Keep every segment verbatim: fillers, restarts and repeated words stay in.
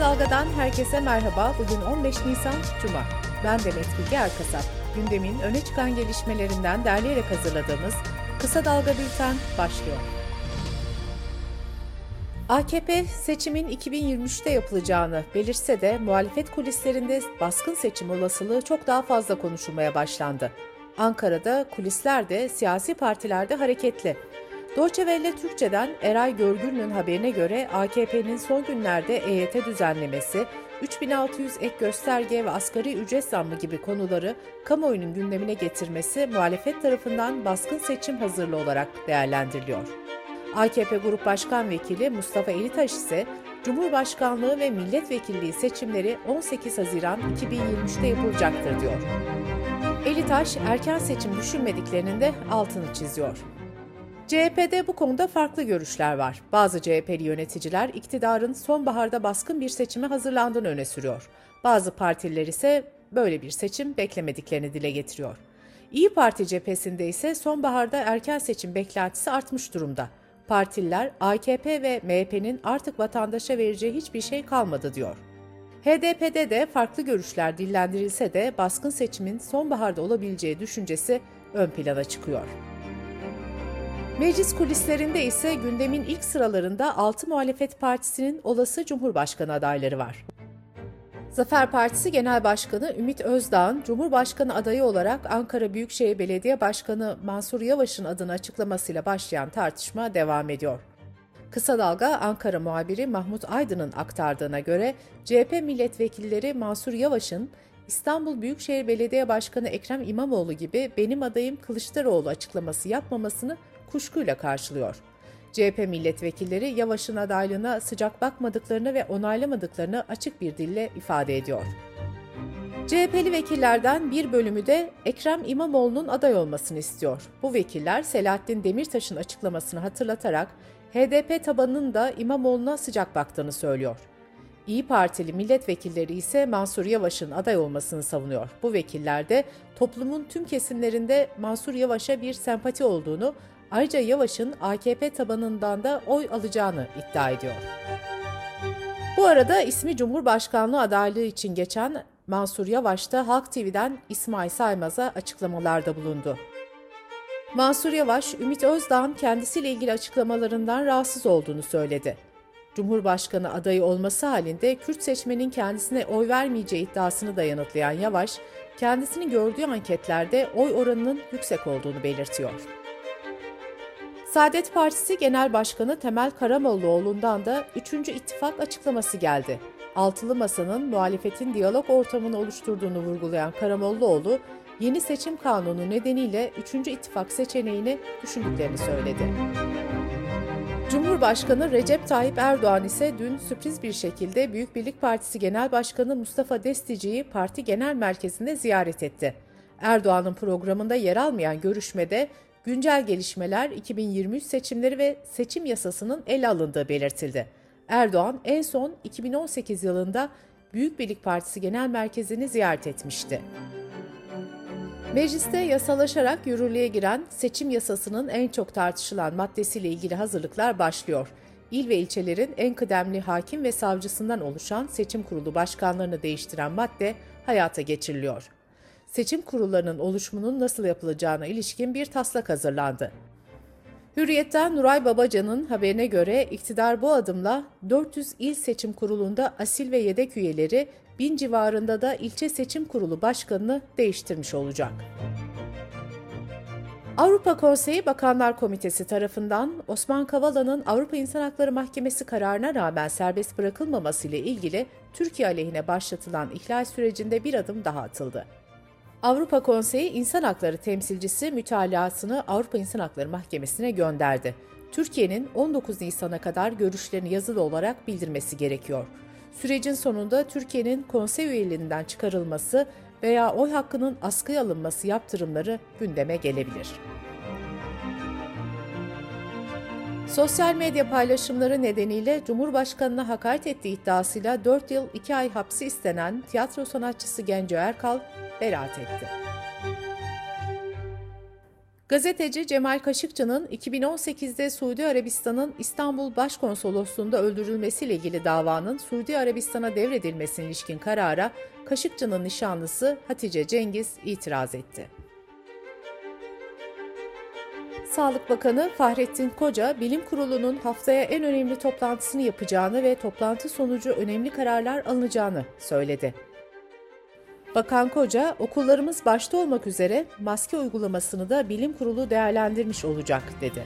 Dalga'dan herkese merhaba. Bugün on beş Nisan Cuma. Ben Demet Bilge Erkasap. Gündemin öne çıkan gelişmelerinden derleyerek hazırladığımız Kısa Dalga Bülten başlıyor. A K P seçimin iki bin yirmi üçte yapılacağını belirtse de muhalefet kulislerinde baskın seçim olasılığı çok daha fazla konuşulmaya başlandı. Ankara'da kulisler de siyasi partilerde hareketli. Deutsche Welle Türkçe'den Eray Görgül'ün haberine göre A K P'nin son günlerde E Y T düzenlemesi, üç bin altı yüz ek gösterge ve asgari ücret zammı gibi konuları kamuoyunun gündemine getirmesi muhalefet tarafından baskın seçim hazırlığı olarak değerlendiriliyor. A K P Grup Başkan Vekili Mustafa Elitaş ise Cumhurbaşkanlığı ve milletvekilliği seçimleri on sekiz Haziran iki bin yirmi üçte yapılacaktır diyor. Elitaş erken seçim düşünmediklerinin de altını çiziyor. C H P'de bu konuda farklı görüşler var. Bazı C H P'li yöneticiler iktidarın sonbaharda baskın bir seçime hazırlandığını öne sürüyor. Bazı partililer ise böyle bir seçim beklemediklerini dile getiriyor. İyi Parti cephesinde ise sonbaharda erken seçim beklentisi artmış durumda. Partililer A K P ve M H P'nin artık vatandaşa vereceği hiçbir şey kalmadı diyor. H D P'de de farklı görüşler dillendirilse de baskın seçimin sonbaharda olabileceği düşüncesi ön plana çıkıyor. Meclis kulislerinde ise gündemin ilk sıralarında altı muhalefet partisinin olası Cumhurbaşkanı adayları var. Zafer Partisi Genel Başkanı Ümit Özdağ'ın Cumhurbaşkanı adayı olarak Ankara Büyükşehir Belediye Başkanı Mansur Yavaş'ın adını açıklamasıyla başlayan tartışma devam ediyor. Kısa Dalga Ankara muhabiri Mahmut Aydın'ın aktardığına göre C H P milletvekilleri Mansur Yavaş'ın İstanbul Büyükşehir Belediye Başkanı Ekrem İmamoğlu gibi benim adayım Kılıçdaroğlu açıklaması yapmamasını kuşkuyla karşılıyor. C H P milletvekilleri Yavaş'ın adaylığına sıcak bakmadıklarını ve onaylamadıklarını açık bir dille ifade ediyor. C H P'li vekillerden bir bölümü de Ekrem İmamoğlu'nun aday olmasını istiyor. Bu vekiller Selahattin Demirtaş'ın açıklamasını hatırlatarak H D P tabanının da İmamoğlu'na sıcak baktığını söylüyor. İyi Partili milletvekilleri ise Mansur Yavaş'ın aday olmasını savunuyor. Bu vekiller de toplumun tüm kesimlerinde Mansur Yavaş'a bir sempati olduğunu, ayrıca Yavaş'ın A K P tabanından da oy alacağını iddia ediyor. Bu arada ismi Cumhurbaşkanlığı adaylığı için geçen Mansur Yavaş da Halk T V'den İsmail Saymaz'a açıklamalarda bulundu. Mansur Yavaş, Ümit Özdağ'ın kendisiyle ilgili açıklamalarından rahatsız olduğunu söyledi. Cumhurbaşkanı adayı olması halinde Kürt seçmenin kendisine oy vermeyeceği iddiasını da yanıtlayan Yavaş, kendisini gördüğü anketlerde oy oranının yüksek olduğunu belirtiyor. Saadet Partisi Genel Başkanı Temel Karamollaoğlu'ndan da üçüncü ittifak açıklaması geldi. Altılı Masa'nın muhalefetin diyalog ortamını oluşturduğunu vurgulayan Karamollaoğlu, yeni seçim kanunu nedeniyle üçüncü ittifak seçeneğini düşündüklerini söyledi. Cumhurbaşkanı Recep Tayyip Erdoğan ise dün sürpriz bir şekilde Büyük Birlik Partisi Genel Başkanı Mustafa Destici'yi parti genel merkezinde ziyaret etti. Erdoğan'ın programında yer almayan görüşmede güncel gelişmeler, iki bin yirmi üç seçimleri ve seçim yasasının ele alındığı belirtildi. Erdoğan en son iki bin on sekiz yılında Büyük Birlik Partisi Genel Merkezi'ni ziyaret etmişti. Mecliste yasalaşarak yürürlüğe giren seçim yasasının en çok tartışılan maddesiyle ilgili hazırlıklar başlıyor. İl ve ilçelerin en kıdemli hakim ve savcısından oluşan seçim kurulu başkanlarını değiştiren madde hayata geçiriliyor. Seçim kurullarının oluşumunun nasıl yapılacağına ilişkin bir taslak hazırlandı. Hürriyet'ten Nuray Babacan'ın haberine göre iktidar bu adımla dört yüz il seçim kurulunda asil ve yedek üyeleri, bin civarında da ilçe seçim kurulu başkanını değiştirmiş olacak. Avrupa Konseyi Bakanlar Komitesi tarafından Osman Kavala'nın Avrupa İnsan Hakları Mahkemesi kararına rağmen serbest bırakılmaması ile ilgili Türkiye aleyhine başlatılan ihlal sürecinde bir adım daha atıldı. Avrupa Konseyi İnsan Hakları temsilcisi mütalasını Avrupa İnsan Hakları Mahkemesi'ne gönderdi. Türkiye'nin on dokuz Nisan'a kadar görüşlerini yazılı olarak bildirmesi gerekiyor. Sürecin sonunda Türkiye'nin konsey üyeliğinden çıkarılması veya oy hakkının askıya alınması yaptırımları gündeme gelebilir. Sosyal medya paylaşımları nedeniyle Cumhurbaşkanı'na hakaret ettiği iddiasıyla dört yıl iki ay hapsi istenen tiyatro sanatçısı Genco Erkal beraat etti. Gazeteci Cemal Kaşıkçı'nın iki bin on sekizde Suudi Arabistan'ın İstanbul Başkonsolosluğu'nda öldürülmesiyle ilgili davanın Suudi Arabistan'a devredilmesine ilişkin karara Kaşıkçı'nın nişanlısı Hatice Cengiz itiraz etti. Sağlık Bakanı Fahrettin Koca, Bilim Kurulu'nun haftaya en önemli toplantısını yapacağını ve toplantı sonucu önemli kararlar alınacağını söyledi. Bakan Koca, okullarımız başta olmak üzere maske uygulamasını da Bilim Kurulu değerlendirmiş olacak, dedi.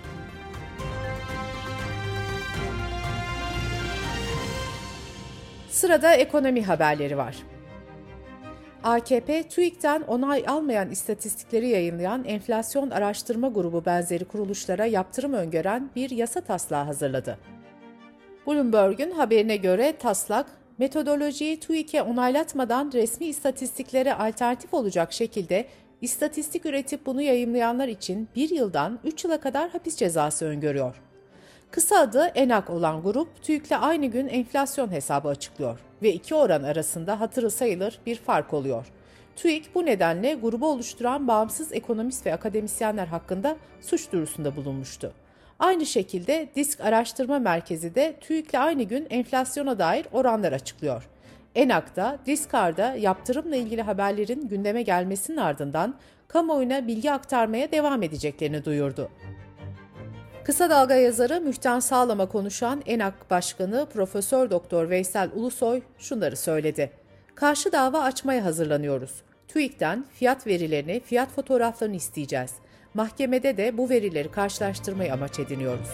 Sırada ekonomi haberleri var. A K P, TÜİK'ten onay almayan istatistikleri yayınlayan enflasyon araştırma grubu benzeri kuruluşlara yaptırım öngören bir yasa taslağı hazırladı. Bloomberg'un haberine göre taslak, metodolojiyi TÜİK'e onaylatmadan resmi istatistiklere alternatif olacak şekilde istatistik üretip bunu yayımlayanlar için bir yıldan üç yıla kadar hapis cezası öngörüyor. Kısa adı ENAK olan grup, TÜİK'le aynı gün enflasyon hesabı açıklıyor ve iki oran arasında hatırı sayılır bir fark oluyor. TÜİK bu nedenle grubu oluşturan bağımsız ekonomist ve akademisyenler hakkında suç duyurusunda bulunmuştu. Aynı şekilde Disk Araştırma Merkezi de TÜİK'le aynı gün enflasyona dair oranlar açıklıyor. ENAK'ta, Diskar'da yaptırımla ilgili haberlerin gündeme gelmesinin ardından kamuoyuna bilgi aktarmaya devam edeceklerini duyurdu. Kısa Dalga yazarı Mühten Sağlam'a konuşan ENAK Başkanı Profesör Doktor Veysel Ulusoy şunları söyledi. Karşı dava açmaya hazırlanıyoruz. TÜİK'ten fiyat verilerini, fiyat fotoğraflarını isteyeceğiz. Mahkemede de bu verileri karşılaştırmayı amaç ediniyoruz.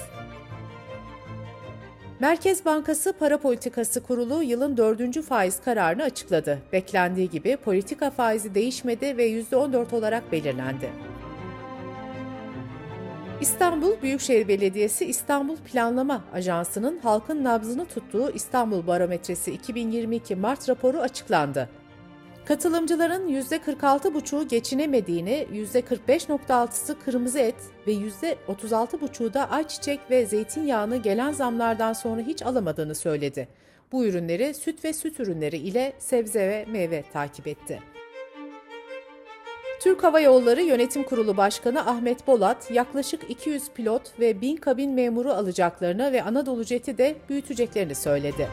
Merkez Bankası Para Politikası Kurulu yılın dördüncü faiz kararını açıkladı. Beklendiği gibi politika faizi değişmedi ve yüzde on dört olarak belirlendi. İstanbul Büyükşehir Belediyesi İstanbul Planlama Ajansı'nın halkın nabzını tuttuğu İstanbul Barometresi iki bin yirmi iki Mart raporu açıklandı. Katılımcıların yüzde kırk altı virgül beşi geçinemediğini, yüzde kırk beş virgül altısı kırmızı et ve yüzde otuz altı virgül beşi da ayçiçek ve zeytinyağını gelen zamlardan sonra hiç alamadığını söyledi. Bu ürünleri süt ve süt ürünleri ile sebze ve meyve takip etti. Türk Hava Yolları Yönetim Kurulu Başkanı Ahmet Bolat, yaklaşık iki yüz pilot ve bin kabin memuru alacaklarını ve Anadolu Jet'i de büyüteceklerini söyledi.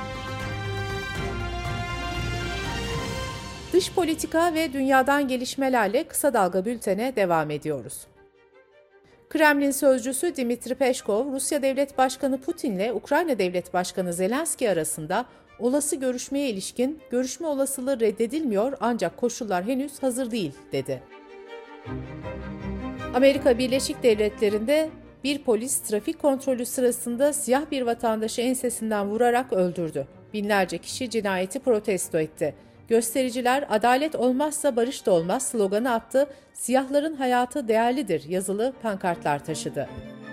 Dış politika ve dünyadan gelişmelerle Kısa Dalga Bülten'e devam ediyoruz. Kremlin sözcüsü Dmitri Peşkov, Rusya Devlet Başkanı Putin'le Ukrayna Devlet Başkanı Zelenski arasında olası görüşmeye ilişkin görüşme olasılığı reddedilmiyor ancak koşullar henüz hazır değil, dedi. Amerika Birleşik Devletleri'nde bir polis trafik kontrolü sırasında siyah bir vatandaşı ensesinden vurarak öldürdü. Binlerce kişi cinayeti protesto etti. Göstericiler "Adalet olmazsa barış da olmaz" sloganı attı, "Siyahların hayatı değerlidir" yazılı pankartlar taşıdı.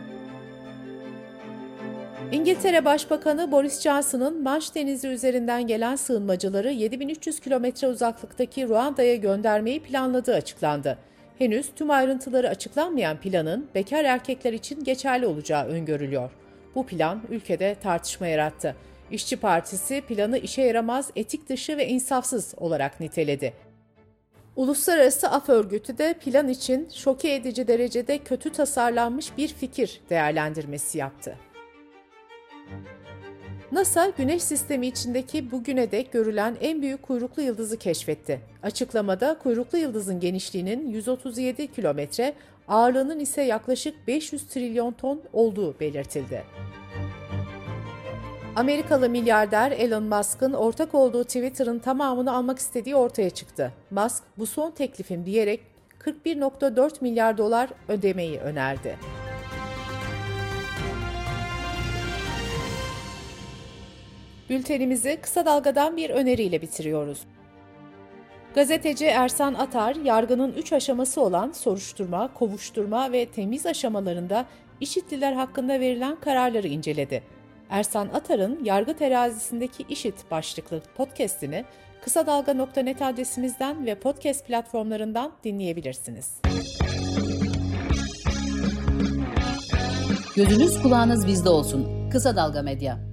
İngiltere Başbakanı Boris Johnson'ın Manş Denizi üzerinden gelen sığınmacıları yedi bin üç yüz kilometre uzaklıktaki Ruanda'ya göndermeyi planladığı açıklandı. Henüz tüm ayrıntıları açıklanmayan planın bekar erkekler için geçerli olacağı öngörülüyor. Bu plan ülkede tartışma yarattı. İşçi Partisi planı işe yaramaz, etik dışı ve insafsız olarak niteledi. Uluslararası Af Örgütü de plan için şoke edici derecede kötü tasarlanmış bir fikir değerlendirmesi yaptı. NASA, Güneş sistemi içindeki bugüne dek görülen en büyük kuyruklu yıldızı keşfetti. Açıklamada kuyruklu yıldızın genişliğinin yüz otuz yedi kilometre, ağırlığının ise yaklaşık beş yüz trilyon ton olduğu belirtildi. Amerikalı milyarder Elon Musk'ın ortak olduğu Twitter'ın tamamını almak istediği ortaya çıktı. Musk, "Bu son teklifim" diyerek kırk bir virgül dört milyar dolar ödemeyi önerdi. Bültenimizi kısa dalgadan bir öneriyle bitiriyoruz. Gazeteci Ersan Atar, yargının üç aşaması olan soruşturma, kovuşturma ve temiz aşamalarında İŞİD'liler hakkında verilen kararları inceledi. Ersan Atar'ın Yargı Terazisi'ndeki İŞİD başlıklı podcast'ini kısadalga nokta net adresimizden ve podcast platformlarından dinleyebilirsiniz. Gözünüz kulağınız bizde olsun. Kısa Dalga Medya.